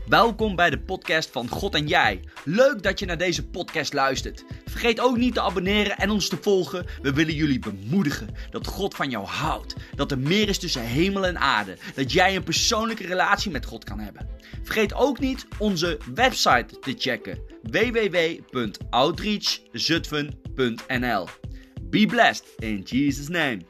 Welkom bij de podcast van God en Jij. Leuk dat je naar deze podcast luistert. Vergeet ook niet te abonneren en ons te volgen. We willen jullie bemoedigen dat God van jou houdt. Dat er meer is tussen hemel en aarde. Dat jij een persoonlijke relatie met God kan hebben. Vergeet ook niet onze website te checken. www.outreachzutphen.nl. Be blessed in Jesus' name.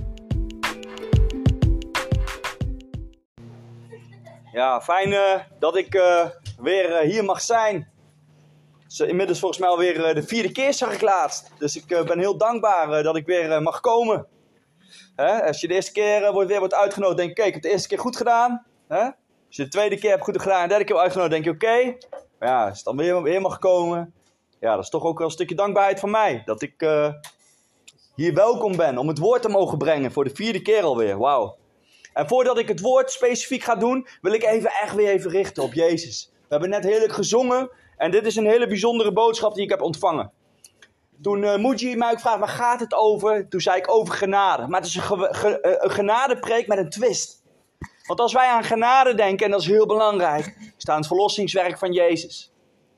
Ja, fijn dat ik weer hier mag zijn. Het is inmiddels volgens mij alweer de 4e keer, zag ik laatst. Dus ik ben heel dankbaar dat ik weer mag komen. Als je de eerste keer weer wordt uitgenodigd, denk je, kijk, ik heb de eerste keer goed gedaan. Als je de tweede keer hebt goed gedaan en de derde keer uitgenodigd, denk je, oké. Maar ja, als het dan weer mag komen. Ja, dat is toch ook wel een stukje dankbaarheid van mij. Dat ik hier welkom ben om het woord te mogen brengen voor de 4e keer alweer. Wauw. En voordat ik het woord specifiek ga doen, wil ik even richten op Jezus. We hebben net heerlijk gezongen en dit is een hele bijzondere boodschap die ik heb ontvangen. Toen Muji mij ook vraagt, waar gaat het over? Toen zei ik over genade. Maar het is een genadepreek met een twist. Want als wij aan genade denken, en dat is heel belangrijk, staat het verlossingswerk van Jezus.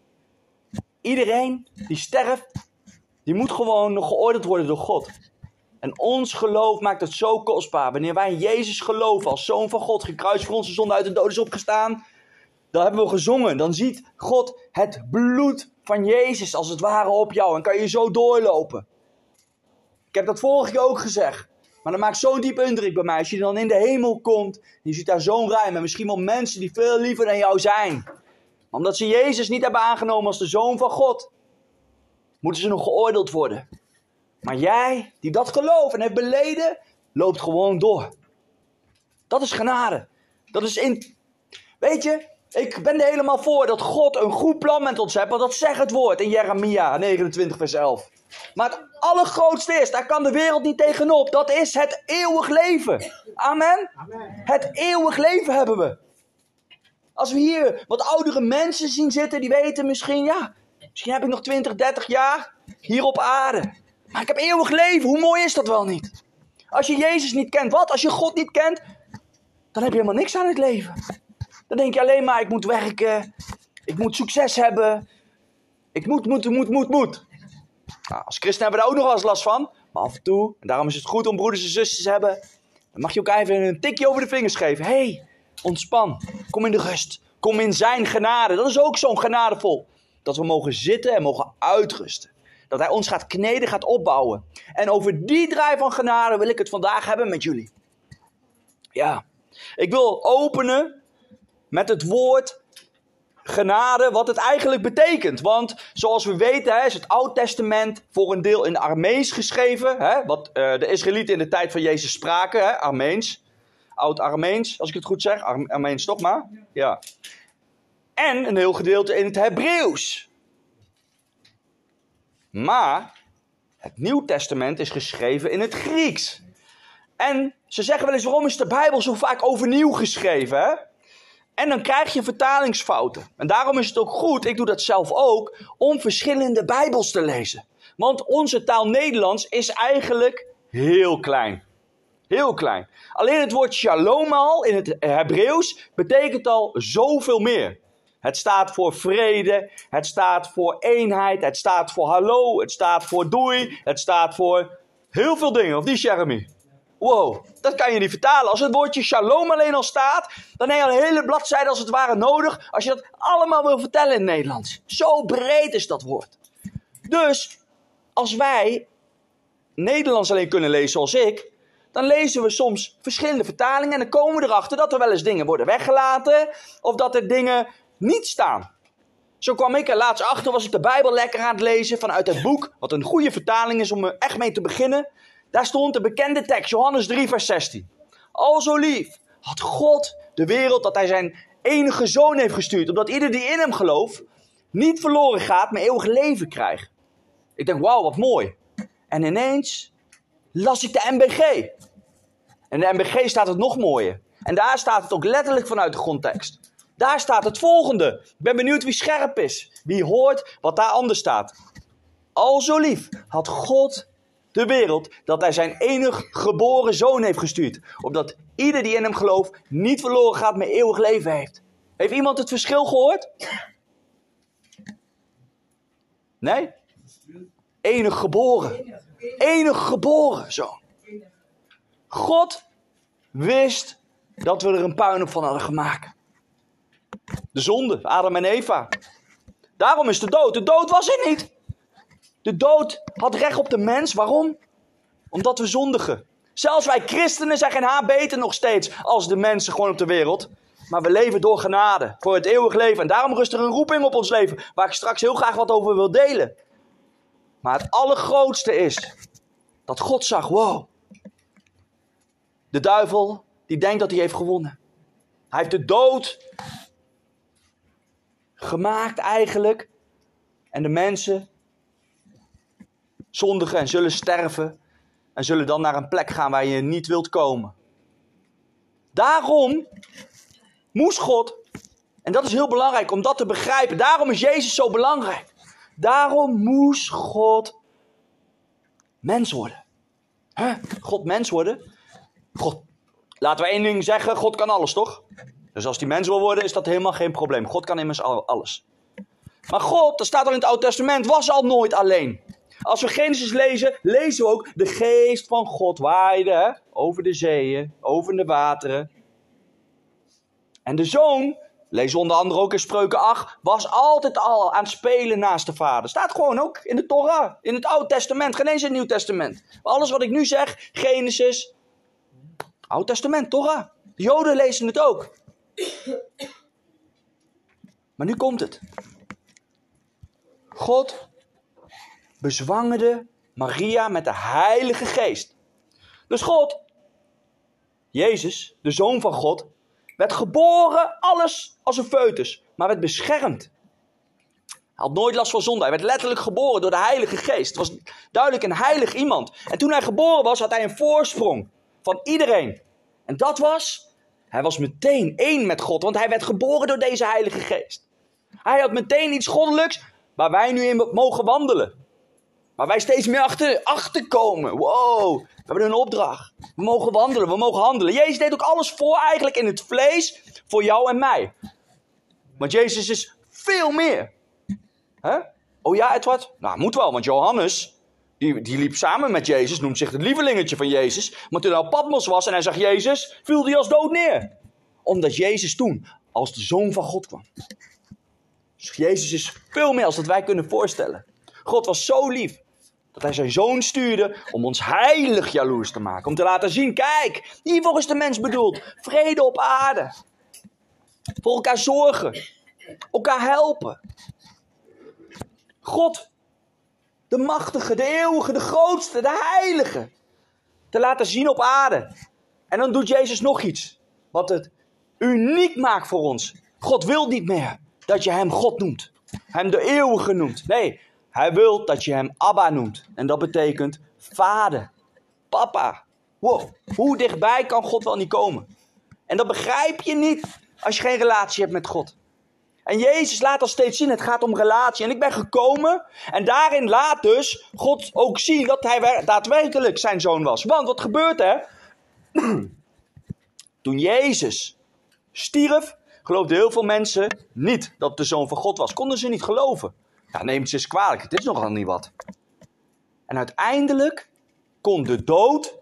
Iedereen die sterft, die moet gewoon nog geoordeeld worden door God. En ons geloof maakt het zo kostbaar. Wanneer wij in Jezus geloven als Zoon van God, gekruisigd voor onze zonde, uit de dood is opgestaan, dan hebben we gezongen. Dan ziet God het bloed van Jezus als het ware op jou en kan je zo doorlopen. Ik heb dat vorige keer ook gezegd. Maar dat maakt zo'n diepe indruk bij mij. Als je dan in de hemel komt, en je ziet daar zo'n rij met misschien wel mensen die veel liever dan jou zijn. Omdat ze Jezus niet hebben aangenomen als de Zoon van God, moeten ze nog geoordeeld worden. Maar jij, die dat gelooft en heeft beleden, loopt gewoon door. Dat is genade. Dat is Weet je, ik ben er helemaal voor dat God een goed plan met ons heeft. Want dat zegt het woord in Jeremia 29 vers 11. Maar het allergrootste is, daar kan de wereld niet tegenop. Dat is het eeuwig leven. Amen? Amen. Het eeuwig leven hebben we. Als we hier wat oudere mensen zien zitten, die weten misschien heb ik nog 20, 30 jaar hier op aarde. Maar ik heb eeuwig leven. Hoe mooi is dat wel niet? Als je Jezus niet kent, wat? Als je God niet kent, dan heb je helemaal niks aan het leven. Dan denk je alleen maar, ik moet werken. Ik moet succes hebben. Ik moet. Nou, als christen hebben we daar ook nog wel eens last van. Maar af en toe, en daarom is het goed om broeders en zusters te hebben, dan mag je ook even een tikje over de vingers geven. Hey, ontspan. Kom in de rust. Kom in zijn genade. Dat is ook zo'n genadevol. Dat we mogen zitten en mogen uitrusten. Dat hij ons gaat kneden, gaat opbouwen. En over die draai van genade wil ik het vandaag hebben met jullie. Ja, ik wil openen met het woord genade, wat het eigenlijk betekent. Want zoals we weten is het Oud Testament voor een deel in Aramees geschreven. Wat de Israëlieten in de tijd van Jezus spraken. Aramees. Oud-Aramees, als ik het goed zeg. Aramees toch maar. Ja. En een heel gedeelte in het Hebreeuws. Maar het Nieuw Testament is geschreven in het Grieks. En ze zeggen wel eens, waarom is de Bijbel zo vaak overnieuw geschreven? Hè? En dan krijg je vertalingsfouten. En daarom is het ook goed, ik doe dat zelf ook, om verschillende Bijbels te lezen. Want onze taal Nederlands is eigenlijk heel klein. Heel klein. Alleen het woord shalom al in het Hebreeuws betekent al zoveel meer. Het staat voor vrede, het staat voor eenheid, het staat voor hallo, het staat voor doei, het staat voor heel veel dingen. Of niet, Jeremy? Wow, dat kan je niet vertalen. Als het woordje shalom alleen al staat, dan heb je al een hele bladzijde als het ware nodig, als je dat allemaal wil vertellen in het Nederlands. Zo breed is dat woord. Dus, als wij Nederlands alleen kunnen lezen zoals ik, dan lezen we soms verschillende vertalingen en dan komen we erachter dat er wel eens dingen worden weggelaten, of dat er dingen niet staan. Zo kwam ik er laatst achter, was ik de Bijbel lekker aan het lezen vanuit het boek, wat een goede vertaling is om er echt mee te beginnen. Daar stond de bekende tekst, Johannes 3 vers 16. Al zo lief had God de wereld dat hij zijn enige zoon heeft gestuurd, opdat ieder die in hem gelooft niet verloren gaat, maar eeuwig leven krijgt. Ik denk, wauw, wat mooi. En ineens las ik de MBG. En de MBG staat het nog mooier. En daar staat het ook letterlijk vanuit de grondtekst. Daar staat het volgende. Ik ben benieuwd wie scherp is. Wie hoort wat daar anders staat. Al zo lief had God de wereld dat hij zijn enig geboren zoon heeft gestuurd. Opdat ieder die in hem gelooft niet verloren gaat, maar eeuwig leven heeft. Heeft iemand het verschil gehoord? Nee? Enig geboren. Enig geboren zoon. God wist dat we er een puinhoop van hadden gemaakt. De zonde, Adam en Eva. Daarom is de dood. De dood was er niet. De dood had recht op de mens. Waarom? Omdat we zondigen. Zelfs wij christenen zijn geen haar beter nog steeds als de mensen gewoon op de wereld. Maar we leven door genade. Voor het eeuwig leven. En daarom rust er een roeping op ons leven. Waar ik straks heel graag wat over wil delen. Maar het allergrootste is dat God zag, wow. De duivel die denkt dat hij heeft gewonnen. Hij heeft de dood gemaakt eigenlijk. En de mensen zondigen en zullen sterven. En zullen dan naar een plek gaan waar je niet wilt komen. Daarom moest God, en dat is heel belangrijk om dat te begrijpen. Daarom is Jezus zo belangrijk. Daarom moest God mens worden. God mens worden? God, laten we één ding zeggen, God kan alles, toch? Dus als hij mens wil worden, is dat helemaal geen probleem. God kan immers alles. Maar God, dat staat al in het Oude Testament, was al nooit alleen. Als we Genesis lezen, lezen we ook de geest van God waaide over de zeeën, over de wateren. En de zoon, lees onder andere ook in Spreuken 8, was altijd al aan het spelen naast de vader. Staat gewoon ook in de Torah, in het Oude Testament, geen eens in het Nieuw Testament. Maar alles wat ik nu zeg, Genesis, Oud Testament, Torah. De Joden lezen het ook. Maar nu komt het. God bezwangerde Maria met de Heilige Geest. Dus God, Jezus, de Zoon van God, werd geboren, alles als een foetus, maar werd beschermd. Hij had nooit last van zonde. Hij werd letterlijk geboren door de Heilige Geest. Het was duidelijk een heilig iemand. En toen hij geboren was, had hij een voorsprong van iedereen. En dat was, hij was meteen één met God, want hij werd geboren door deze Heilige Geest. Hij had meteen iets goddelijks waar wij nu in mogen wandelen. Waar wij steeds meer achter komen. Wow, we hebben een opdracht. We mogen wandelen, we mogen handelen. Jezus deed ook alles voor eigenlijk in het vlees voor jou en mij. Want Jezus is veel meer. Oh ja, Edward? Nou, moet wel, want Johannes, die liep samen met Jezus, noemt zich het lievelingetje van Jezus. Maar toen hij op Patmos was en hij zag Jezus, viel hij als dood neer. Omdat Jezus toen als de Zoon van God kwam. Dus Jezus is veel meer als dat wij kunnen voorstellen. God was zo lief dat hij zijn Zoon stuurde om ons heilig jaloers te maken. Om te laten zien, kijk, hiervoor is de mens bedoeld. Vrede op aarde. Voor elkaar zorgen. Elkaar helpen. God, de machtige, de eeuwige, de grootste, de heilige. Te laten zien op aarde. En dan doet Jezus nog iets. Wat het uniek maakt voor ons. God wil niet meer dat je hem God noemt. Hem de eeuwige noemt. Nee, hij wil dat je hem Abba noemt. En dat betekent vader. Papa. Wow, hoe dichtbij kan God wel niet komen? En dat begrijp je niet als je geen relatie hebt met God. En Jezus laat al steeds zien, het gaat om relatie. En ik ben gekomen en daarin laat dus God ook zien dat hij daadwerkelijk zijn zoon was. Want wat gebeurt er? Toen Jezus stierf, geloofden heel veel mensen niet dat het de Zoon van God was. Konden ze niet geloven. Ja, neem het eens kwalijk, het is nogal niet wat. En uiteindelijk kon de dood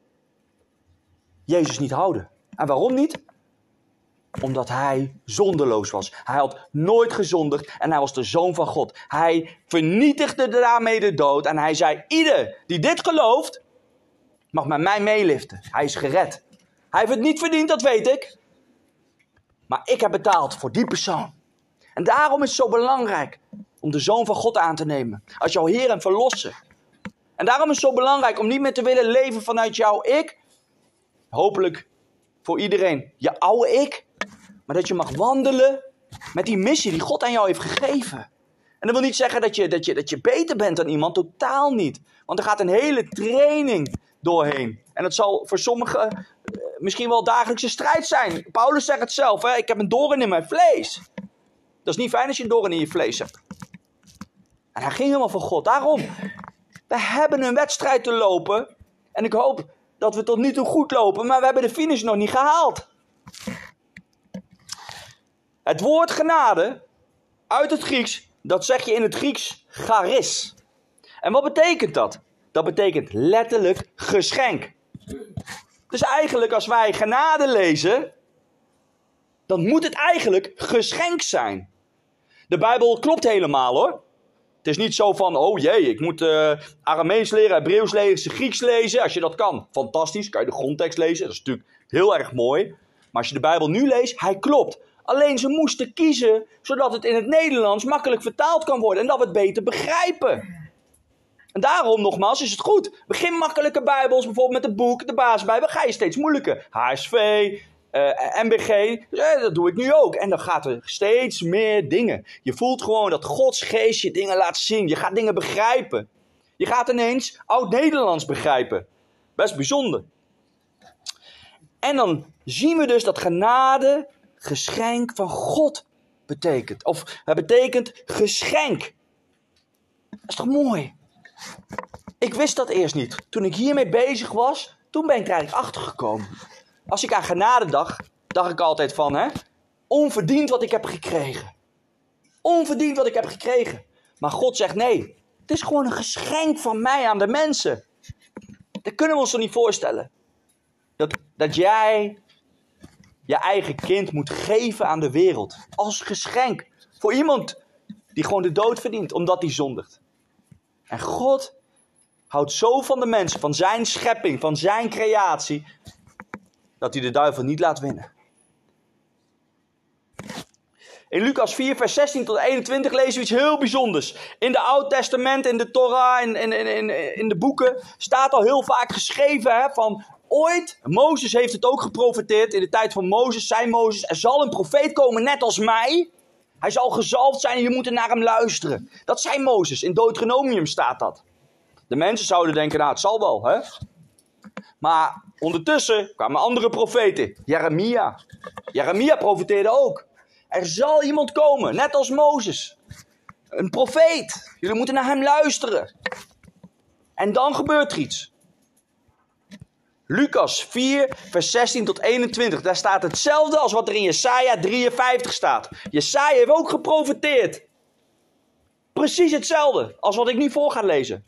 Jezus niet houden. En waarom niet? Omdat hij zondeloos was. Hij had nooit gezondigd en hij was de Zoon van God. Hij vernietigde daarmee de dood en hij zei, ieder die dit gelooft, mag met mij meeliften. Hij is gered. Hij heeft het niet verdiend, dat weet ik. Maar ik heb betaald voor die persoon. En daarom is het zo belangrijk om de Zoon van God aan te nemen. Als jouw Heer en Verlosser. En daarom is het zo belangrijk om niet meer te willen leven vanuit jouw ik. Hopelijk voor iedereen je oude ik. Maar dat je mag wandelen met die missie die God aan jou heeft gegeven. En dat wil niet zeggen dat je beter bent dan iemand. Totaal niet. Want er gaat een hele training doorheen. En dat zal voor sommigen misschien wel dagelijkse strijd zijn. Paulus zegt het zelf. Ik heb een doorn in mijn vlees. Dat is niet fijn als je een doorn in je vlees hebt. En hij ging helemaal voor God. Daarom, we hebben een wedstrijd te lopen. En ik hoop dat we tot nu toe goed lopen. Maar we hebben de finish nog niet gehaald. Het woord genade, uit het Grieks, dat zeg je in het Grieks charis. En wat betekent dat? Dat betekent letterlijk geschenk. Dus eigenlijk als wij genade lezen, dan moet het eigenlijk geschenk zijn. De Bijbel klopt helemaal hoor. Het is niet zo van, oh jee, ik moet Aramees leren, Hebreeuws lezen, Grieks lezen. Als je dat kan, fantastisch, kan je de grondtekst lezen. Dat is natuurlijk heel erg mooi. Maar als je de Bijbel nu leest, hij klopt. Alleen ze moesten kiezen, zodat het in het Nederlands makkelijk vertaald kan worden. En dat we het beter begrijpen. En daarom nogmaals is het goed. Begin makkelijke Bijbels, bijvoorbeeld met het boek, de basisbijbel. Ga je steeds moeilijker. HSV, MBG, dat doe ik nu ook. En dan gaat er steeds meer dingen. Je voelt gewoon dat Gods geest je dingen laat zien. Je gaat dingen begrijpen. Je gaat ineens Oud-Nederlands begrijpen. Best bijzonder. En dan zien we dus dat genade geschenk van God betekent. Of het betekent geschenk. Dat is toch mooi? Ik wist dat eerst niet. Toen ik hiermee bezig was, toen ben ik er eigenlijk achter gekomen. Als ik aan genade dacht ik altijd van, onverdiend wat ik heb gekregen. Onverdiend wat ik heb gekregen. Maar God zegt nee, het is gewoon een geschenk van mij aan de mensen. Dat kunnen we ons toch niet voorstellen. Dat jij je eigen kind moet geven aan de wereld. Als geschenk. Voor iemand die gewoon de dood verdient, omdat hij zondigt. En God houdt zo van de mensen, van zijn schepping, van zijn creatie, dat hij de duivel niet laat winnen. In Lucas 4, vers 16 tot 21 lezen we iets heel bijzonders. In de Oude Testament, in de Torah, in de boeken, staat al heel vaak geschreven van ooit, Mozes heeft het ook geprofeteerd, in de tijd van Mozes, zei Mozes, er zal een profeet komen net als mij. Hij zal gezalfd zijn en je moet naar hem luisteren. Dat zei Mozes, in Deuteronomium staat dat. De mensen zouden denken, nou het zal wel, hè. Maar ondertussen kwamen andere profeten. Jeremia profeteerde ook. Er zal iemand komen, net als Mozes. Een profeet. Jullie moeten naar hem luisteren. En dan gebeurt er iets. Lucas 4, vers 16 tot 21. Daar staat hetzelfde als wat er in Jesaja 53 staat. Jesaja heeft ook geprofeteerd. Precies hetzelfde als wat ik nu voor ga lezen.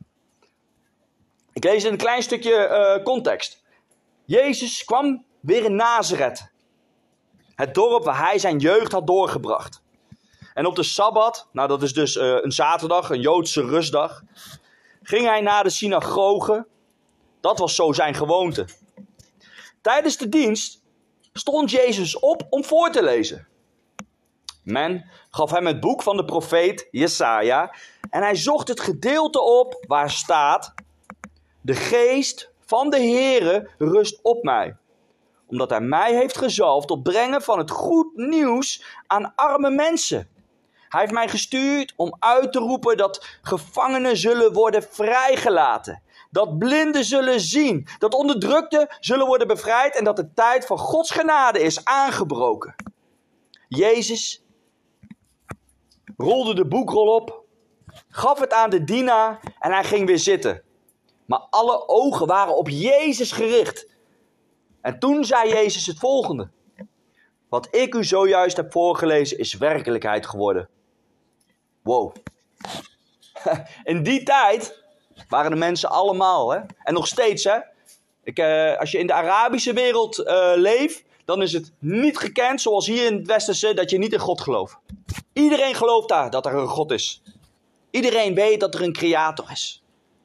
Ik lees een klein stukje context. Jezus kwam weer in Nazareth. Het dorp waar hij zijn jeugd had doorgebracht. En op de Sabbat, nou dat is dus een zaterdag, een Joodse rustdag, ging hij naar de synagoge. Dat was zo zijn gewoonte. Tijdens de dienst stond Jezus op om voor te lezen. Men gaf hem het boek van de profeet Jesaja en hij zocht het gedeelte op waar staat: de geest van de Heere rust op mij, omdat hij mij heeft gezalfd tot brengen van het goed nieuws aan arme mensen. Hij heeft mij gestuurd om uit te roepen dat gevangenen zullen worden vrijgelaten. Dat blinden zullen zien. Dat onderdrukten zullen worden bevrijd. En dat de tijd van Gods genade is aangebroken. Jezus rolde de boekrol op. Gaf het aan de dienaar. En hij ging weer zitten. Maar alle ogen waren op Jezus gericht. En toen zei Jezus het volgende. Wat ik u zojuist heb voorgelezen is werkelijkheid geworden. Wow. In die tijd waren de mensen allemaal, hè? En nog steeds, hè? Als je in de Arabische wereld leeft, dan is het niet gekend, zoals hier in het Westerse, dat je niet in God gelooft. Iedereen gelooft daar dat er een God is. Iedereen weet dat er een creator is.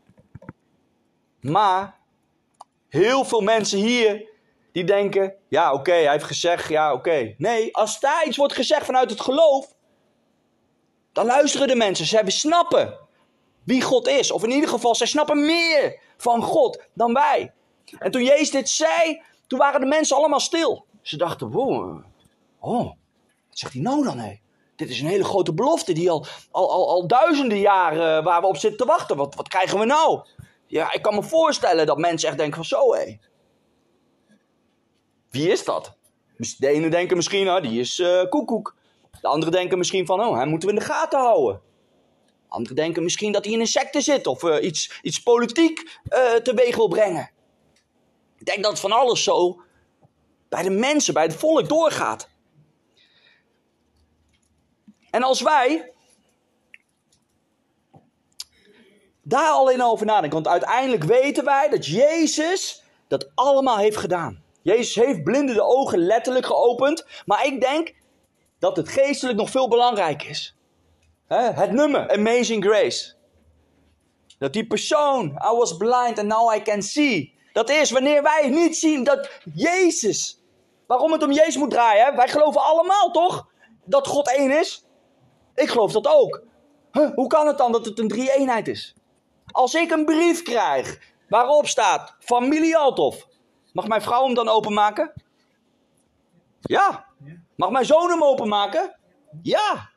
Maar heel veel mensen hier, die denken, ja oké, hij heeft gezegd, ja oké. Nee, als daar iets wordt gezegd vanuit het geloof, dan luisteren de mensen. Zij snappen wie God is. Of in ieder geval, zij snappen meer van God dan wij. En toen Jezus dit zei, toen waren de mensen allemaal stil. Ze dachten, wow, wat zegt hij nou dan? Hé? Dit is een hele grote belofte die al duizenden jaren waar we op zitten te wachten. Wat krijgen we nou? Ja, ik kan me voorstellen dat mensen echt denken van zo, hé. Wie is dat? De ene denken misschien, die is koekoek. De anderen denken misschien van, hij moeten we in de gaten houden. Anderen denken misschien dat hij in een secte zit of iets politiek teweeg wil brengen. Ik denk dat het van alles zo bij de mensen, bij het volk doorgaat. En als wij daar alleen over nadenken, want uiteindelijk weten wij dat Jezus dat allemaal heeft gedaan. Jezus heeft blinden de ogen letterlijk geopend, maar ik denk dat het geestelijk nog veel belangrijker is. Het nummer, Amazing Grace. Dat die persoon, I was blind and now I can see. Dat is wanneer wij niet zien dat Jezus, waarom het om Jezus moet draaien. Hè? Wij geloven allemaal toch dat God één is? Ik geloof dat ook. Hoe kan het dan dat het een drie-eenheid is? Als ik een brief krijg waarop staat familie Althoff, mag mijn vrouw hem dan openmaken? Ja. Mag mijn zoon hem openmaken? Ja.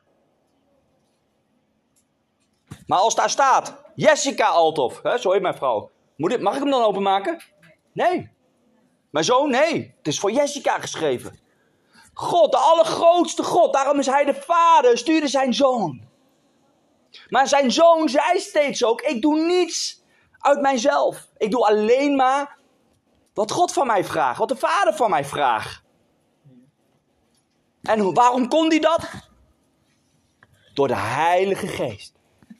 Maar als daar staat Jessica Althoff, zo heet mijn vrouw, mag ik hem dan openmaken? Nee. Mijn zoon? Nee. Het is voor Jessica geschreven. God, de allergrootste God, daarom is hij de vader, stuurde zijn zoon. Maar zijn zoon zei steeds ook, ik doe niets uit mijzelf. Ik doe alleen maar wat God van mij vraagt, wat de vader van mij vraagt. En waarom kon hij dat? Door de Heilige Geest.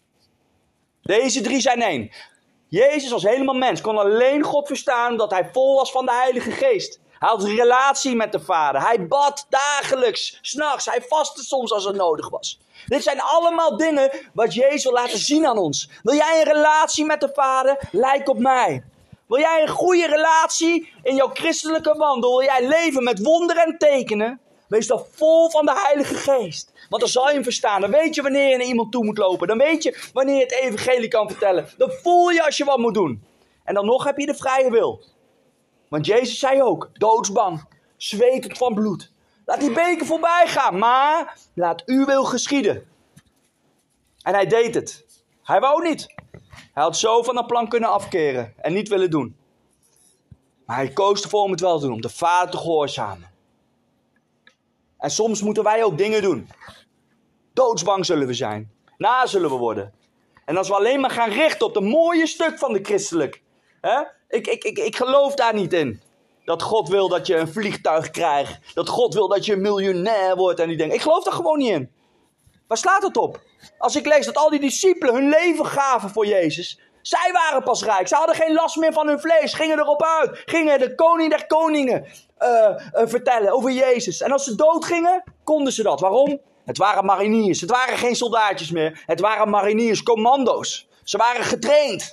Deze drie zijn één. Jezus als helemaal mens kon alleen God verstaan omdat hij vol was van de Heilige Geest. Hij had een relatie met de Vader. Hij bad dagelijks, 's nachts. Hij vastte soms als het nodig was. Dit zijn allemaal dingen wat Jezus wil laten zien aan ons. Wil jij een relatie met de Vader? Lijk op mij. Wil jij een goede relatie in jouw christelijke wandel? Wil jij leven met wonderen en tekenen? Wees dan vol van de Heilige Geest. Want dan zal je hem verstaan. Dan weet je wanneer je naar iemand toe moet lopen. Dan weet je wanneer je het evangelie kan vertellen. Dan voel je als je wat moet doen. En dan nog heb je de vrije wil. Want Jezus zei ook, doodsbang, zwetend van bloed. Laat die beker voorbij gaan, maar laat uw wil geschieden. En hij deed het. Hij wou niet. Hij had zo van dat plan kunnen afkeren en niet willen doen. Maar hij koos ervoor om het wel te doen, om de Vader te gehoorzamen. En soms moeten wij ook dingen doen. Doodsbang zullen we zijn. Na zullen we worden. En als we alleen maar gaan richten op de mooie stuk van de christelijk. Ik geloof daar niet in. Dat God wil dat je een vliegtuig krijgt. Dat God wil dat je een miljonair wordt en die dingen. Ik geloof daar gewoon niet in. Waar slaat het op? Als ik lees dat al die discipelen hun leven gaven voor Jezus. Zij waren pas rijk. Ze hadden geen last meer van hun vlees. Gingen erop uit. Gingen de koning der koningen vertellen over Jezus. En als ze doodgingen, konden ze dat. Waarom? Het waren mariniers. Het waren geen soldaatjes meer. Het waren mariniers, commando's. Ze waren getraind.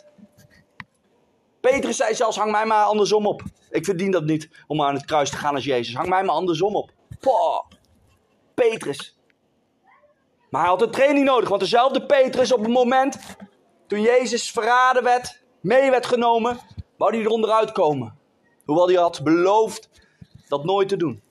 Petrus zei zelfs, hang mij maar andersom op. Ik verdien dat niet om aan het kruis te gaan als Jezus. Hang mij maar andersom op. Poh. Petrus. Maar hij had een training nodig. Want dezelfde Petrus op het moment toen Jezus verraden werd, mee werd genomen, wou hij er onderuit komen. Hoewel hij had beloofd dat nooit te doen.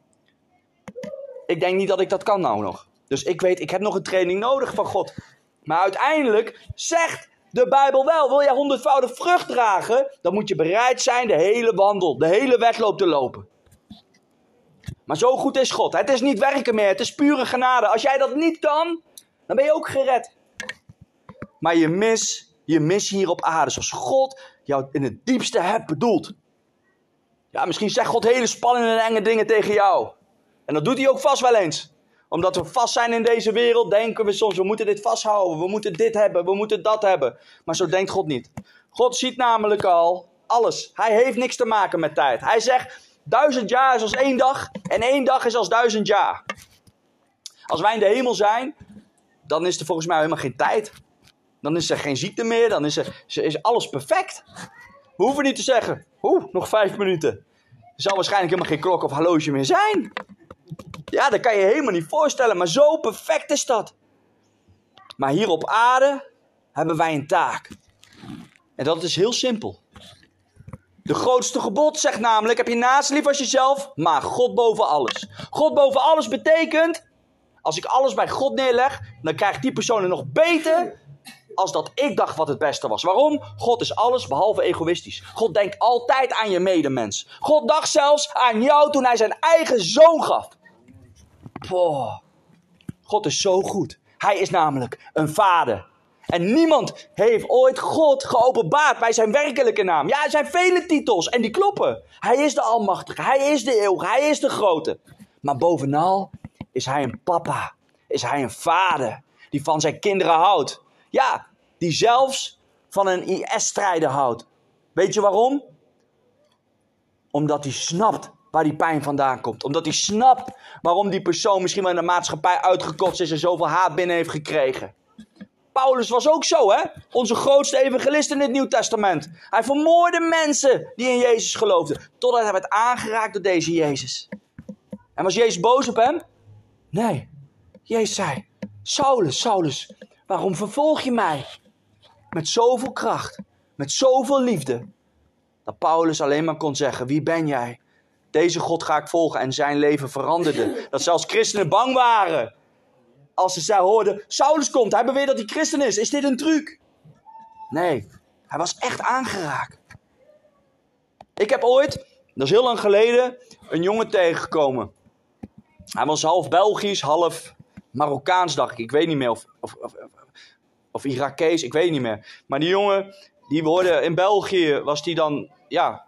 Ik denk niet dat ik dat kan nou nog. Dus ik weet, ik heb nog een training nodig van God. Maar uiteindelijk zegt de Bijbel wel, wil jij 100-voudig vrucht dragen, dan moet je bereid zijn de hele wandel, de hele wedloop te lopen. Maar zo goed is God. Het is niet werken meer, het is pure genade. Als jij dat niet kan, dan ben je ook gered. Maar je mis hier op aarde, zoals God jou in het diepste hebt bedoeld. Ja, misschien zegt God hele spannende en enge dingen tegen jou. En dat doet hij ook vast wel eens. Omdat we vast zijn in deze wereld, denken we soms, we moeten dit vasthouden, we moeten dit hebben, we moeten dat hebben. Maar zo denkt God niet. God ziet namelijk al alles. Hij heeft niks te maken met tijd. Hij zegt, 1000 jaar is als 1 dag en 1 dag is als 1000 jaar. Als wij in de hemel zijn, dan is er volgens mij helemaal geen tijd. Dan is er geen ziekte meer, dan is alles perfect. We hoeven niet te zeggen, nog 5 minuten. Er zal waarschijnlijk helemaal geen klok of horloge meer zijn. Ja, dat kan je helemaal niet voorstellen, maar zo perfect is dat. Maar hier op aarde hebben wij een taak. En dat is heel simpel. De grootste gebod zegt namelijk, heb je naast lief als jezelf, maar God boven alles. God boven alles betekent, als ik alles bij God neerleg, dan krijgt die persoon het nog beter als dat ik dacht wat het beste was. Waarom? God is alles behalve egoïstisch. God denkt altijd aan je medemens. God dacht zelfs aan jou toen hij zijn eigen zoon gaf. God is zo goed. Hij is namelijk een vader. En niemand heeft ooit God geopenbaard bij zijn werkelijke naam. Ja, er zijn vele titels en die kloppen. Hij is de Almachtige, hij is de Eeuwige, hij is de Grote. Maar bovenal is hij een papa. is hij een vader die van zijn kinderen houdt. Ja, die zelfs van een IS-strijder houdt. Weet je waarom? Omdat hij snapt waar die pijn vandaan komt. Omdat hij snapt waarom die persoon misschien wel in de maatschappij uitgekotst is en zoveel haat binnen heeft gekregen. Paulus was ook zo, hè? Onze grootste evangelist in het Nieuw Testament. Hij vermoordde mensen die in Jezus geloofden. Totdat hij werd aangeraakt door deze Jezus. En was Jezus boos op hem? Nee. Jezus zei, Saulus, Saulus, waarom vervolg je mij? Met zoveel kracht, met zoveel liefde. Dat Paulus alleen maar kon zeggen, wie ben jij? Deze God ga ik volgen en zijn leven veranderde. Dat zelfs christenen bang waren. Als ze hoorden, Saulus komt, hij beweert dat hij christen is. Is dit een truc? Nee, hij was echt aangeraakt. Ik heb ooit, dat is heel lang geleden, een jongen tegengekomen. Hij was half Belgisch, half Marokkaans, dacht ik. Ik weet niet meer, of Irakees, ik weet niet meer. Maar die jongen, die hoorde in België, was die dan, ja,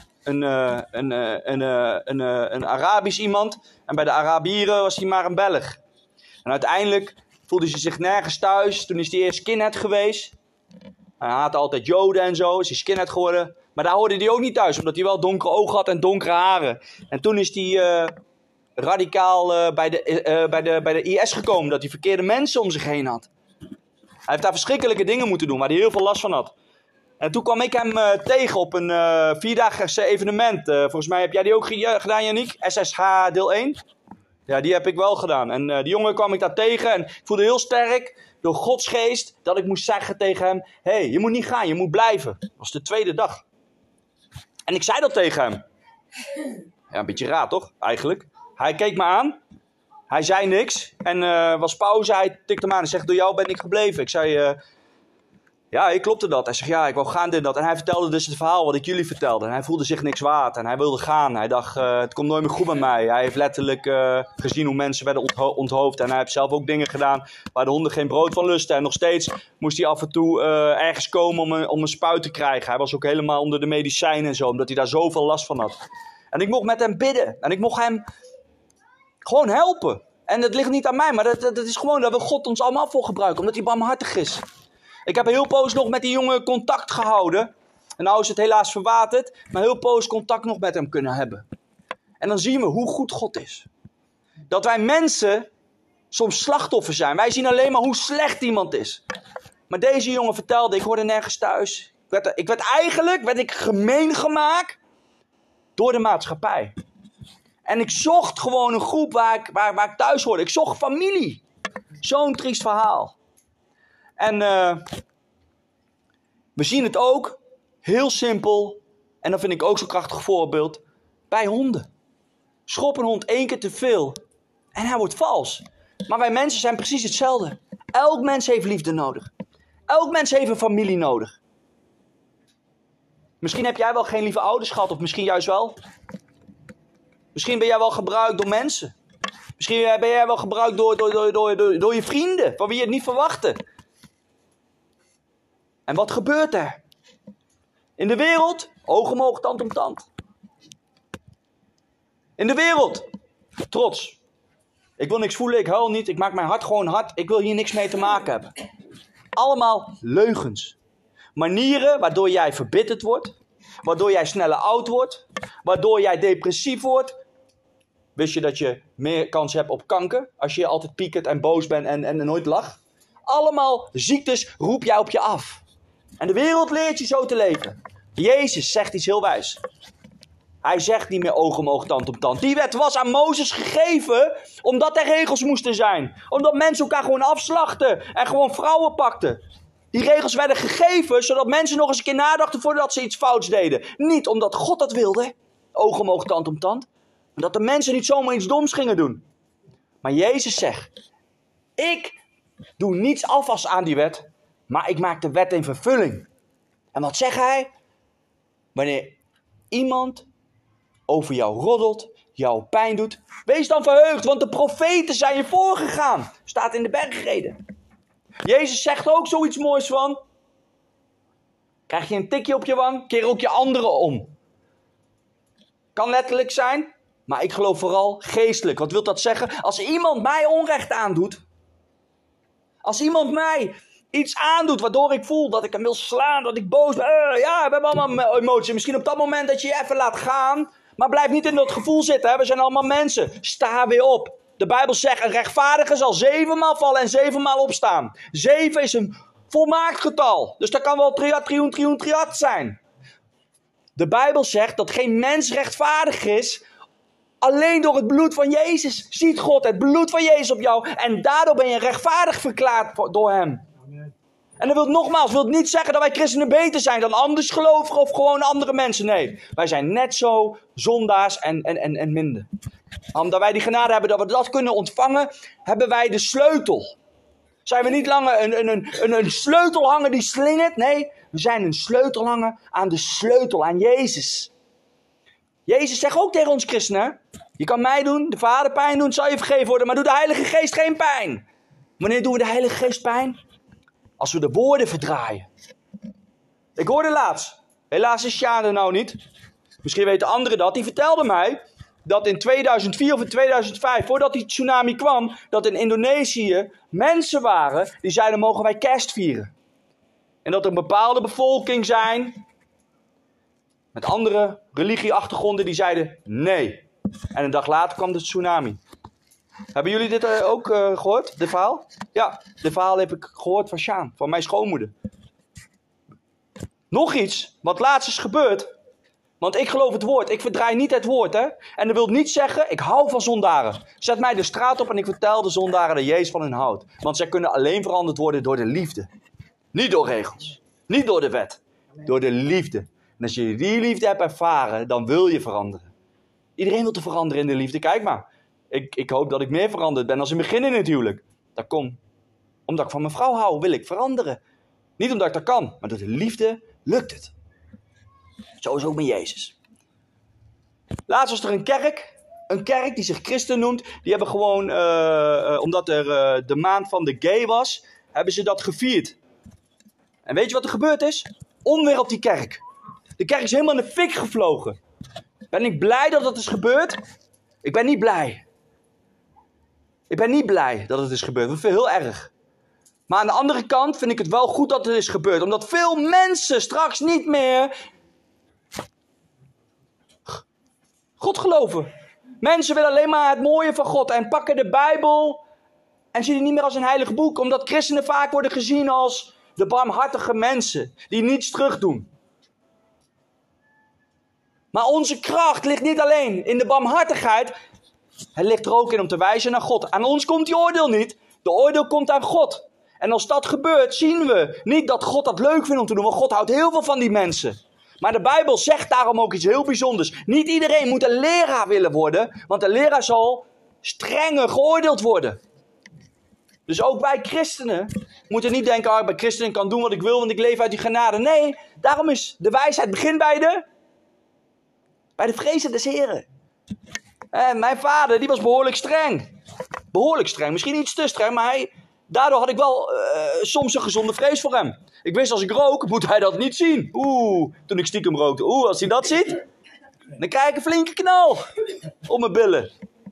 een Arabisch iemand. En bij de Arabieren was hij maar een Belg. En uiteindelijk voelde hij zich nergens thuis. Toen is hij eerst skinhead geweest. Hij haatte altijd Joden en zo. Is hij skinhead geworden. Maar daar hoorde hij ook niet thuis. Omdat hij wel donkere ogen had en donkere haren. En toen is hij radicaal bij de IS gekomen. Dat hij verkeerde mensen om zich heen had. Hij heeft daar verschrikkelijke dingen moeten doen. Waar hij heel veel last van had. En toen kwam ik hem tegen op een 4-daagse evenement. Volgens mij heb jij die ook gedaan, Yannick? SSH deel 1. Ja, die heb ik wel gedaan. En die jongen kwam ik daar tegen en ik voelde heel sterk door Gods geest dat ik moest zeggen tegen hem, hey, je moet niet gaan, je moet blijven. Dat was de tweede dag. En ik zei dat tegen hem. Ja, een beetje raar toch, eigenlijk. Hij keek me aan, hij zei niks en was pauze, hij tikte me aan en zegt, door jou ben ik gebleven. Ik zei, ja, klopte dat. Hij zegt, ja, ik wou gaan dit en dat. En hij vertelde dus het verhaal wat ik jullie vertelde. En hij voelde zich niks waard. En hij wilde gaan. Hij dacht, het komt nooit meer goed met mij. Hij heeft letterlijk gezien hoe mensen werden onthoofd. En hij heeft zelf ook dingen gedaan waar de honden geen brood van lusten. En nog steeds moest hij af en toe ergens komen om een spuit te krijgen. Hij was ook helemaal onder de medicijnen en zo. Omdat hij daar zoveel last van had. En ik mocht met hem bidden. En ik mocht hem gewoon helpen. En dat ligt niet aan mij. Maar dat is gewoon dat we God ons allemaal voor gebruiken. Omdat hij barmhartig is. Ik heb heel poos nog met die jongen contact gehouden. En nou is het helaas verwaterd. Maar heel poos contact nog met hem kunnen hebben. En dan zien we hoe goed God is. Dat wij mensen soms slachtoffer zijn. Wij zien alleen maar hoe slecht iemand is. Maar deze jongen vertelde, ik hoorde nergens thuis. Ik werd gemeen gemaakt door de maatschappij. En ik zocht gewoon een groep waar ik thuis hoorde. Ik zocht familie. Zo'n triest verhaal. En we zien het ook, heel simpel, en dat vind ik ook zo'n krachtig voorbeeld, bij honden. Schop een hond 1 keer te veel en hij wordt vals. Maar wij mensen zijn precies hetzelfde. Elk mens heeft liefde nodig. Elk mens heeft een familie nodig. Misschien heb jij wel geen lieve ouders gehad, of misschien juist wel. Misschien ben jij wel gebruikt door mensen. Misschien ben jij wel gebruikt door je vrienden, van wie je het niet verwachtte. En wat gebeurt er? In de wereld, oog om oog, tand om tand. In de wereld, trots. Ik wil niks voelen, ik huil niet, ik maak mijn hart gewoon hard. Ik wil hier niks mee te maken hebben. Allemaal leugens. Manieren waardoor jij verbitterd wordt. Waardoor jij sneller oud wordt. Waardoor jij depressief wordt. Wist je dat je meer kans hebt op kanker? Als je altijd piekert en boos bent en nooit lacht. Allemaal ziektes roep jij op je af. En de wereld leert je zo te leven. Jezus zegt iets heel wijs. Hij zegt niet meer oog om oog, tand om tand. Die wet was aan Mozes gegeven omdat er regels moesten zijn. Omdat mensen elkaar gewoon afslachten en gewoon vrouwen pakten. Die regels werden gegeven zodat mensen nog eens een keer nadachten voordat ze iets fouts deden. Niet omdat God dat wilde, oog om oog, tand om tand. Maar dat de mensen niet zomaar iets doms gingen doen. Maar Jezus zegt, ik doe niets alvast aan die wet, maar ik maak de wet in vervulling. En wat zegt hij? Wanneer iemand over jou roddelt, jou pijn doet, wees dan verheugd, want de profeten zijn je voorgegaan. Staat in de bergreden. Jezus zegt ook zoiets moois van, krijg je een tikje op je wang, keer ook je anderen om. Kan letterlijk zijn, maar ik geloof vooral geestelijk. Wat wil dat zeggen? Als iemand mij onrecht aandoet, Als iemand mij iets aandoet waardoor ik voel dat ik hem wil slaan, dat ik boos ben. Ja, we hebben allemaal emoties. Misschien op dat moment dat je je even laat gaan. Maar blijf niet in dat gevoel zitten. Hè? We zijn allemaal mensen. Sta weer op. De Bijbel zegt, een rechtvaardige zal 7 maal vallen en 7 maal opstaan. 7 is een volmaakt getal. Dus dat kan wel triad zijn. De Bijbel zegt dat geen mens rechtvaardig is. Alleen door het bloed van Jezus ziet God het bloed van Jezus op jou. En daardoor ben je rechtvaardig verklaard door hem. En dat wil niet zeggen dat wij christenen beter zijn dan anders gelovigen of gewoon andere mensen. Nee, wij zijn net zo zondaars en minder. Omdat wij die genade hebben dat we dat kunnen ontvangen, hebben wij de sleutel. Zijn we niet langer een sleutelhanger die slingert? Nee, we zijn een sleutelhanger aan de sleutel, aan Jezus. Jezus zegt ook tegen ons christenen, je kan mij doen, de Vader pijn doen, zal je vergeven worden, maar doe de Heilige Geest geen pijn. Wanneer doen we de Heilige Geest pijn? Als we de woorden verdraaien. Ik hoorde laatst, helaas is Sjaan er nou niet, misschien weten anderen dat, die vertelde mij dat in 2004 of in 2005, voordat die tsunami kwam, dat in Indonesië mensen waren die zeiden, mogen wij kerst vieren. En dat er een bepaalde bevolking zijn, met andere religieachtergronden, die zeiden nee. En een dag later kwam de tsunami. Hebben jullie dit ook gehoord, dit verhaal? Ja, dit verhaal heb ik gehoord van Sjaan, van mijn schoonmoeder. Nog iets, wat laatst is gebeurd. Want ik geloof het woord, ik verdraai niet het woord. Hè? En dat wil niet zeggen, ik hou van zondaren. Zet mij de straat op en ik vertel de zondaren dat Jezus van hen houdt. Want zij kunnen alleen veranderd worden door de liefde. Niet door regels, niet door de wet, door de liefde. En als je die liefde hebt ervaren, dan wil je veranderen. Iedereen wil te veranderen in de liefde, kijk maar. Ik hoop dat ik meer veranderd ben als in het begin in het huwelijk. Dat komt omdat ik van mijn vrouw hou, wil ik veranderen. Niet omdat ik dat kan, maar door de liefde lukt het. Zo is het ook met Jezus. Laatst was er een kerk die zich christen noemt. Die hebben gewoon, omdat er de maand van de gay was, hebben ze dat gevierd. En weet je wat er gebeurd is? Onweer op die kerk. De kerk is helemaal in de fik gevlogen. Ben ik blij dat dat is gebeurd? Ik ben niet blij. Ik ben niet blij dat het is gebeurd. Dat vind ik heel erg. Maar aan de andere kant vind ik het wel goed dat het is gebeurd. Omdat veel mensen straks niet meer God geloven. Mensen willen alleen maar het mooie van God. En pakken de Bijbel en zien het niet meer als een heilig boek. Omdat christenen vaak worden gezien als de barmhartige mensen. Die niets terugdoen. Maar onze kracht ligt niet alleen in de barmhartigheid. Het ligt er ook in om te wijzen naar God. Aan ons komt die oordeel niet. De oordeel komt aan God. En als dat gebeurt, zien we niet dat God dat leuk vindt om te doen. Want God houdt heel veel van die mensen. Maar de Bijbel zegt daarom ook iets heel bijzonders. Niet iedereen moet een leraar willen worden. Want een leraar zal strenger geoordeeld worden. Dus ook wij christenen moeten niet denken, ik ben christen en kan doen wat ik wil, want ik leef uit die genade. Nee, daarom is de wijsheid begint bij de vrezen des Heren. Mijn vader, die was behoorlijk streng. Behoorlijk streng, misschien iets te streng, maar daardoor had ik wel soms een gezonde vrees voor hem. Ik wist, als ik rook, moet hij dat niet zien. Toen ik stiekem rookte. Als hij dat ziet, dan krijg ik een flinke knal op mijn billen.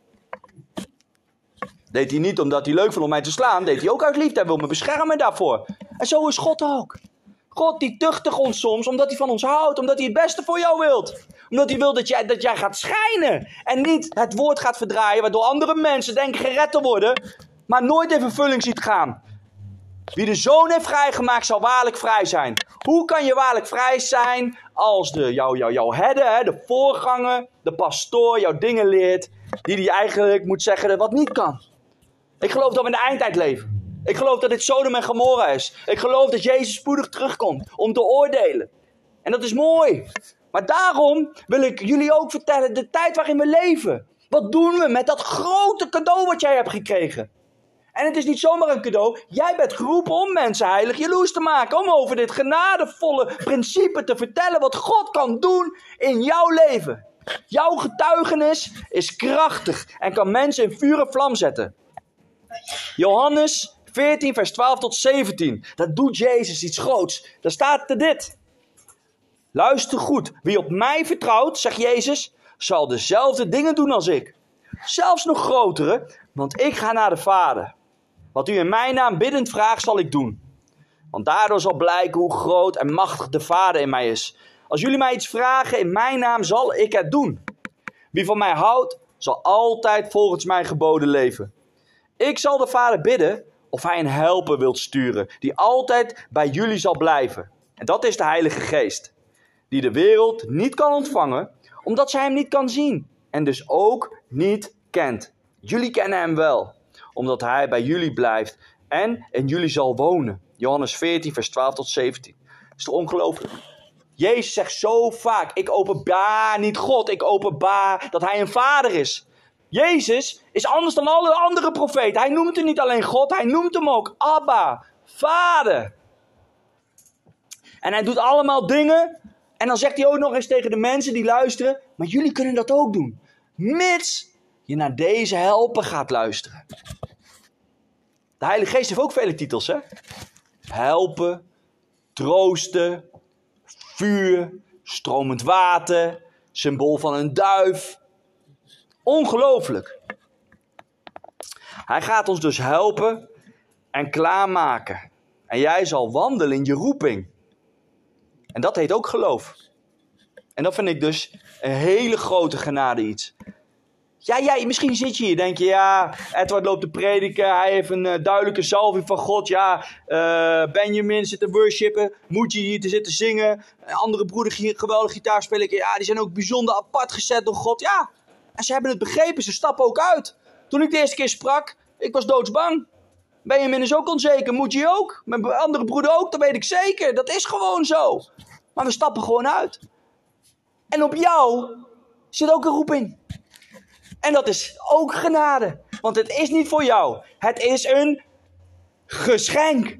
Deed hij niet omdat hij leuk vond om mij te slaan. Deed hij ook uit liefde. Hij wil me beschermen daarvoor. En zo is God ook. God die tuchtigt ons soms omdat hij van ons houdt. Omdat hij het beste voor jou wilt. Omdat hij wil dat jij gaat schijnen. En niet het woord gaat verdraaien. Waardoor andere mensen denken gered te worden. Maar nooit in vervulling ziet gaan. Wie de Zoon heeft vrijgemaakt zal waarlijk vrij zijn. Hoe kan je waarlijk vrij zijn als jouw herder, de voorganger, de pastoor jou dingen leert die eigenlijk moet zeggen wat niet kan. Ik geloof dat we in de eindtijd leven. Ik geloof dat dit Sodom en Gomorra is. Ik geloof dat Jezus spoedig terugkomt om te oordelen. En dat is mooi. Maar daarom wil ik jullie ook vertellen de tijd waarin we leven. Wat doen we met dat grote cadeau wat jij hebt gekregen? En het is niet zomaar een cadeau. Jij bent geroepen om mensen heilig jaloers te maken. Om over dit genadevolle principe te vertellen wat God kan doen in jouw leven. Jouw getuigenis is krachtig en kan mensen in vuur en vlam zetten. Johannes 14 vers 12 tot 17. Dat doet Jezus iets groots. Daar staat er dit. Luister goed. Wie op mij vertrouwt, zegt Jezus, zal dezelfde dingen doen als ik. Zelfs nog grotere, want ik ga naar de Vader. Wat u in mijn naam biddend vraagt, zal ik doen. Want daardoor zal blijken hoe groot en machtig de Vader in mij is. Als jullie mij iets vragen in mijn naam, zal ik het doen. Wie van mij houdt, zal altijd volgens mijn geboden leven. Ik zal de Vader bidden of hij een helper wilt sturen, die altijd bij jullie zal blijven. En dat is de Heilige Geest, die de wereld niet kan ontvangen, omdat zij hem niet kan zien en dus ook niet kent. Jullie kennen hem wel, omdat hij bij jullie blijft en in jullie zal wonen. Johannes 14, vers 12 tot 17. Dat is toch ongelooflijk? Jezus zegt zo vaak, ik openbaar niet God, ik openbaar dat hij een vader is. Jezus is anders dan alle andere profeten. Hij noemt hem niet alleen God, hij noemt hem ook Abba, Vader. En hij doet allemaal dingen. En dan zegt hij ook nog eens tegen de mensen die luisteren, maar jullie kunnen dat ook doen. Mits je naar deze helper gaat luisteren. De Heilige Geest heeft ook vele titels, hè? Helpen, troosten, vuur, stromend water, symbool van een duif. Ongelooflijk. Hij gaat ons dus helpen en klaarmaken. En jij zal wandelen in je roeping. En dat heet ook geloof. En dat vind ik dus een hele grote genade iets. Ja, misschien zit je hier, denk je, ja, Edward loopt te prediken, hij heeft een duidelijke salving van God. Ja, Benjamin zit te worshipen, moet je hier te zitten zingen. Een andere broeder, geweldig gitaar spelen, ja, die zijn ook bijzonder apart gezet door God. Ja, en ze hebben het begrepen, ze stappen ook uit. Toen ik de eerste keer sprak, ik was doodsbang. Benjamin is ook onzeker, moet je ook? Mijn andere broeder ook, dat weet ik zeker. Dat is gewoon zo. Maar we stappen gewoon uit. En op jou zit ook een roeping. En dat is ook genade. Want het is niet voor jou. Het is een geschenk.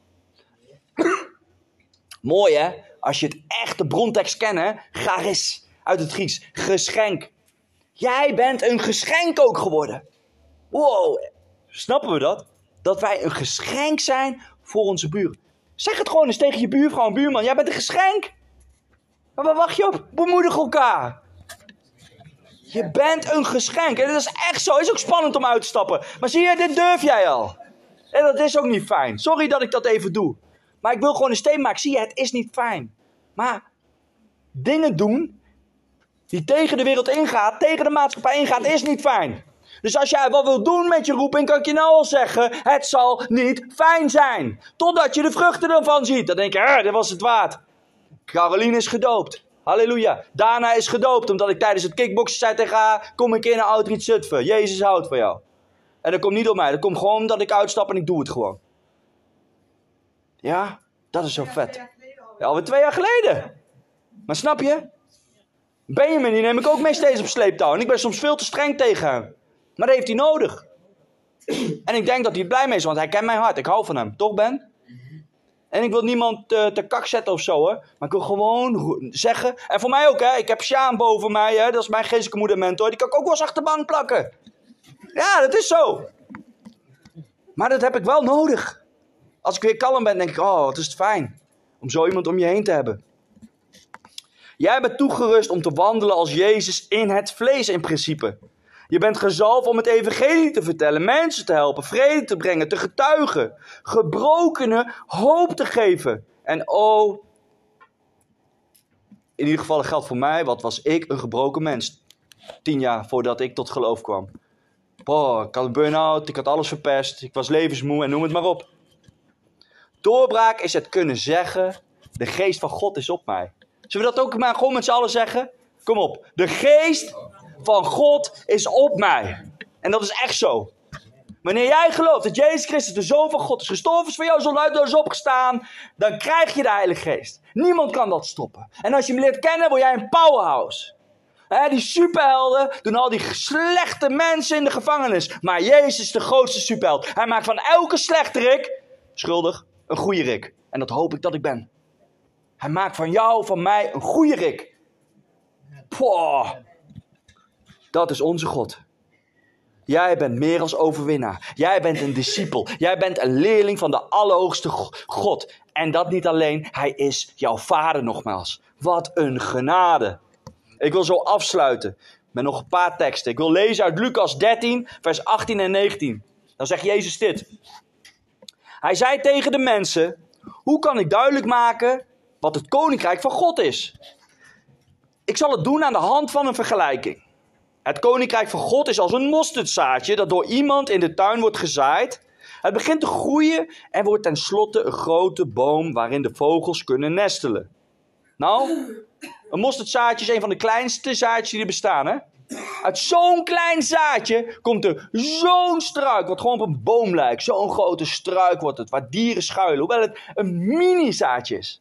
Mooi hè? Als je het echte brontekst kent, hè? Charis, uit het Grieks. Geschenk. Jij bent een geschenk ook geworden. Wow. Snappen we dat? Dat wij een geschenk zijn voor onze buren. Zeg het gewoon eens tegen je buurvrouw en buurman. Jij bent een geschenk. Maar waar wacht je op? Bemoedig elkaar. Je bent een geschenk. En dat is echt zo. Het is ook spannend om uit te stappen. Maar zie je, dit durf jij al. En dat is ook niet fijn. Sorry dat ik dat even doe. Maar ik wil gewoon een steen maken. Zie je, het is niet fijn. Maar dingen doen die tegen de wereld ingaat, tegen de maatschappij ingaat, is niet fijn. Dus als jij wat wil doen met je roeping, kan ik je nou al zeggen, het zal niet fijn zijn. Totdat je de vruchten ervan ziet. Dan denk je, dit was het waard. Caroline is gedoopt. Halleluja. Dana is gedoopt, omdat ik tijdens het kickboksen zei tegen haar, kom een keer naar Outreach Zutphen. Jezus houdt van jou. En dat komt niet door mij. Dat komt gewoon omdat ik uitstap en ik doe het gewoon. Ja, dat is zo vet. Ja, alweer 2 jaar geleden. Maar snap je? Benjamin, die neem ik ook mee steeds op sleeptouw. En ik ben soms veel te streng tegen hem. Maar dat heeft hij nodig. En ik denk dat hij er blij mee is, want hij kent mijn hart. Ik hou van hem. Toch, Ben? En ik wil niemand te kak zetten of zo, hè. Maar ik wil gewoon zeggen. En voor mij ook, hè. Ik heb Sjaan boven mij, hè. Dat is mijn geestelijke moedermentor. Die kan ik ook wel eens achter de bank plakken. Ja, dat is zo. Maar dat heb ik wel nodig. Als ik weer kalm ben, denk ik, oh, wat is het fijn. Om zo iemand om je heen te hebben. Jij bent toegerust om te wandelen als Jezus in het vlees in principe. Je bent gezalfd om het evangelie te vertellen, mensen te helpen, vrede te brengen, te getuigen, gebrokenen hoop te geven. En in ieder geval geldt voor mij, wat was ik een gebroken mens. 10 jaar voordat ik tot geloof kwam. Ik had een burn-out, ik had alles verpest, ik was levensmoe en noem het maar op. Doorbraak is het kunnen zeggen, de geest van God is op mij. Zullen we dat ook maar gewoon met z'n allen zeggen? Kom op. De geest van God is op mij. En dat is echt zo. Wanneer jij gelooft dat Jezus Christus de Zoon van God is gestorven, is voor jou zo uit is opgestaan, dan krijg je de Heilige Geest. Niemand kan dat stoppen. En als je hem leert kennen, word jij een powerhouse. Die superhelden doen al die slechte mensen in de gevangenis. Maar Jezus is de grootste superheld. Hij maakt van elke slechterik, schuldig, een goede rik. En dat hoop ik dat ik ben. Hij maakt van jou, van mij, een goede rik. Dat is onze God. Jij bent meer als overwinnaar. Jij bent een discipel. Jij bent een leerling van de Allerhoogste God. En dat niet alleen, hij is jouw vader nogmaals. Wat een genade. Ik wil zo afsluiten met nog een paar teksten. Ik wil lezen uit Lucas 13, vers 18 en 19. Dan zegt Jezus dit. Hij zei tegen de mensen: hoe kan ik duidelijk maken wat het koninkrijk van God is? Ik zal het doen aan de hand van een vergelijking. Het koninkrijk van God is als een mosterdzaadje dat door iemand in de tuin wordt gezaaid. Het begint te groeien en wordt tenslotte een grote boom waarin de vogels kunnen nestelen. Nou, een mosterdzaadje is een van de kleinste zaadjes die er bestaan, hè? Uit zo'n klein zaadje komt er zo'n struik, wat gewoon op een boom lijkt. Zo'n grote struik wordt het, waar dieren schuilen, hoewel het een mini-zaadje is.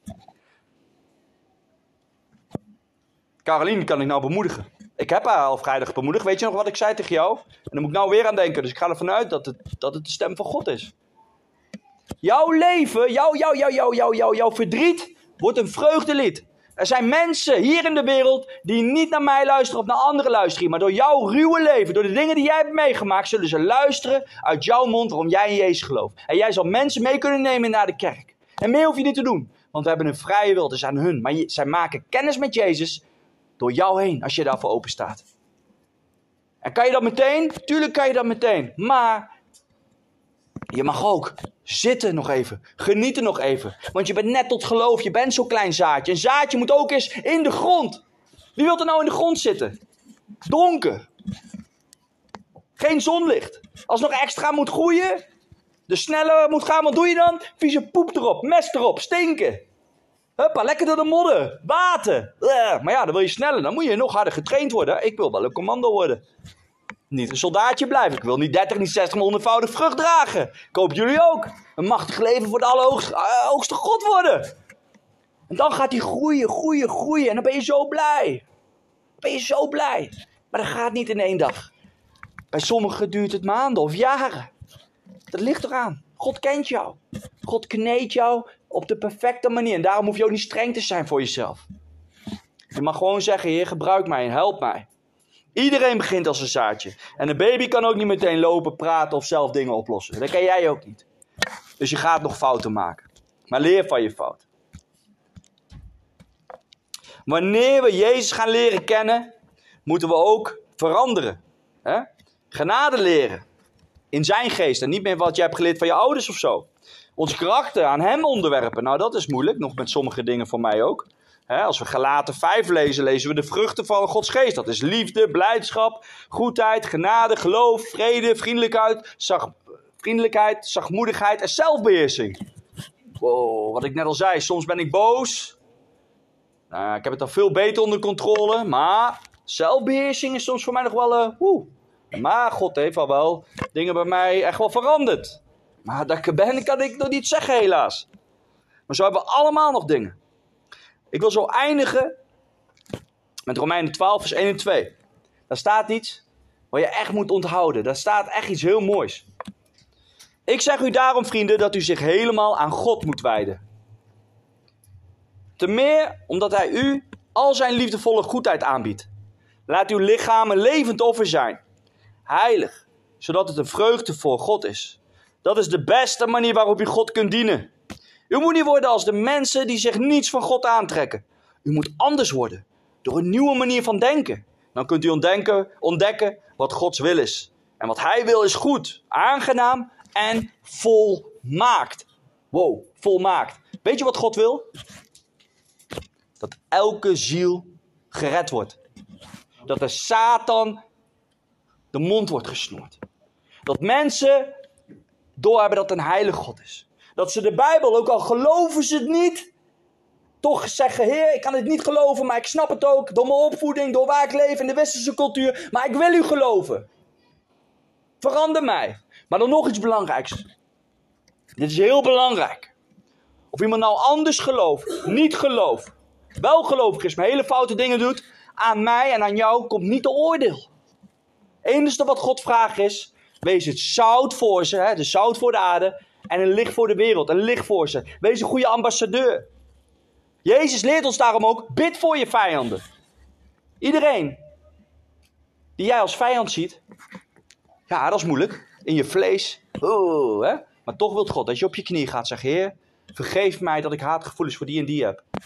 Caroline kan ik nou bemoedigen. Ik heb haar al vrijdag bemoedigd. Weet je nog wat ik zei tegen jou? En dan moet ik nou weer aan denken. Dus ik ga ervan uit dat het de stem van God is. Jouw leven, jouw verdriet wordt een vreugdelied. Er zijn mensen hier in de wereld die niet naar mij luisteren of naar anderen luisteren. Maar door jouw ruwe leven, door de dingen die jij hebt meegemaakt, zullen ze luisteren uit jouw mond waarom jij in Jezus gelooft. En jij zal mensen mee kunnen nemen naar de kerk. En meer hoef je niet te doen. Want we hebben een vrije wil, dus aan hun. Maar zij maken kennis met Jezus door jou heen, als je daarvoor open staat. En kan je dat meteen? Tuurlijk kan je dat meteen. Maar je mag ook zitten nog even. Genieten nog even. Want je bent net tot geloof. Je bent zo'n klein zaadje. Een zaadje moet ook eens in de grond. Wie wil er nou in de grond zitten? Donker. Geen zonlicht. Als het nog extra moet groeien. De sneller moet gaan. Wat doe je dan? Vieze poep erop. Mest erop. Stinken. Huppa, lekker door de modder. Water. Maar ja, dan wil je sneller. Dan moet je nog harder getraind worden. Ik wil wel een commando worden. Niet een soldaatje blijven. Ik wil niet 30, niet 60, maar 100-voudig vrucht dragen. Ik hoop jullie ook. Een machtig leven voor de allerhoogste God worden. En dan gaat hij groeien. En dan ben je zo blij. Maar dat gaat niet in 1 dag. Bij sommigen duurt het maanden of jaren. Dat ligt eraan. God kent jou. God kneedt jou op de perfecte manier. En daarom hoef je ook niet streng te zijn voor jezelf. Je mag gewoon zeggen: Heer, gebruik mij en help mij. Iedereen begint als een zaadje. En een baby kan ook niet meteen lopen, praten of zelf dingen oplossen. Dat kan jij ook niet. Dus je gaat nog fouten maken. Maar leer van je fout. Wanneer we Jezus gaan leren kennen, moeten we ook veranderen. Genade leren. In zijn geest. En niet meer wat je hebt geleerd van je ouders of zo. Ons karakter aan hem onderwerpen. Nou, dat is moeilijk. Nog met sommige dingen voor mij ook. Als we Galaten 5 lezen, lezen we de vruchten van Gods geest. Dat is liefde, blijdschap, goedheid, genade, geloof, vrede, vriendelijkheid, zachtmoedigheid en zelfbeheersing. Wow, wat ik net al zei, soms ben ik boos. Nou, ik heb het al veel beter onder controle, maar zelfbeheersing is soms voor mij nog wel... Maar God heeft al wel dingen bij mij echt wel veranderd. Maar dat ik ben, kan ik nog niet zeggen helaas. Maar zo hebben we allemaal nog dingen. Ik wil zo eindigen met Romeinen 12 vers 1 en 2. Daar staat iets wat je echt moet onthouden. Daar staat echt iets heel moois. Ik zeg u daarom, vrienden, dat u zich helemaal aan God moet wijden. Te meer omdat hij u al zijn liefdevolle goedheid aanbiedt. Laat uw lichaam een levend offer zijn. Heilig, zodat het een vreugde voor God is. Dat is de beste manier waarop u God kunt dienen. U moet niet worden als de mensen die zich niets van God aantrekken. U moet anders worden, door een nieuwe manier van denken. Dan kunt u ontdekken wat Gods wil is. En wat hij wil is goed, aangenaam en volmaakt. Wow, volmaakt. Weet je wat God wil? Dat elke ziel gered wordt. Dat de Satan de mond wordt gesnoerd. Dat mensen doorhebben dat het een heilige God is. Dat ze de Bijbel, ook al geloven ze het niet, toch zeggen: Heer, ik kan het niet geloven, maar ik snap het ook. Door mijn opvoeding, door waar ik leef in de westerse cultuur. Maar ik wil u geloven. Verander mij. Maar dan nog iets belangrijks. Dit is heel belangrijk. Of iemand nou anders gelooft, niet gelooft, wel gelovig is, maar hele foute dingen doet, aan mij en aan jou komt niet de oordeel. Het enige wat God vraagt is: wees het zout voor ze, de zout voor de aarde, en een licht voor de wereld, een licht voor ze. Wees een goede ambassadeur. Jezus leert ons daarom ook: bid voor je vijanden. Iedereen die jij als vijand ziet, ja, dat is moeilijk. In je vlees. Maar toch wil God dat je op je knie gaat en zegt: Heer, vergeef mij dat ik haatgevoelens voor die en die heb.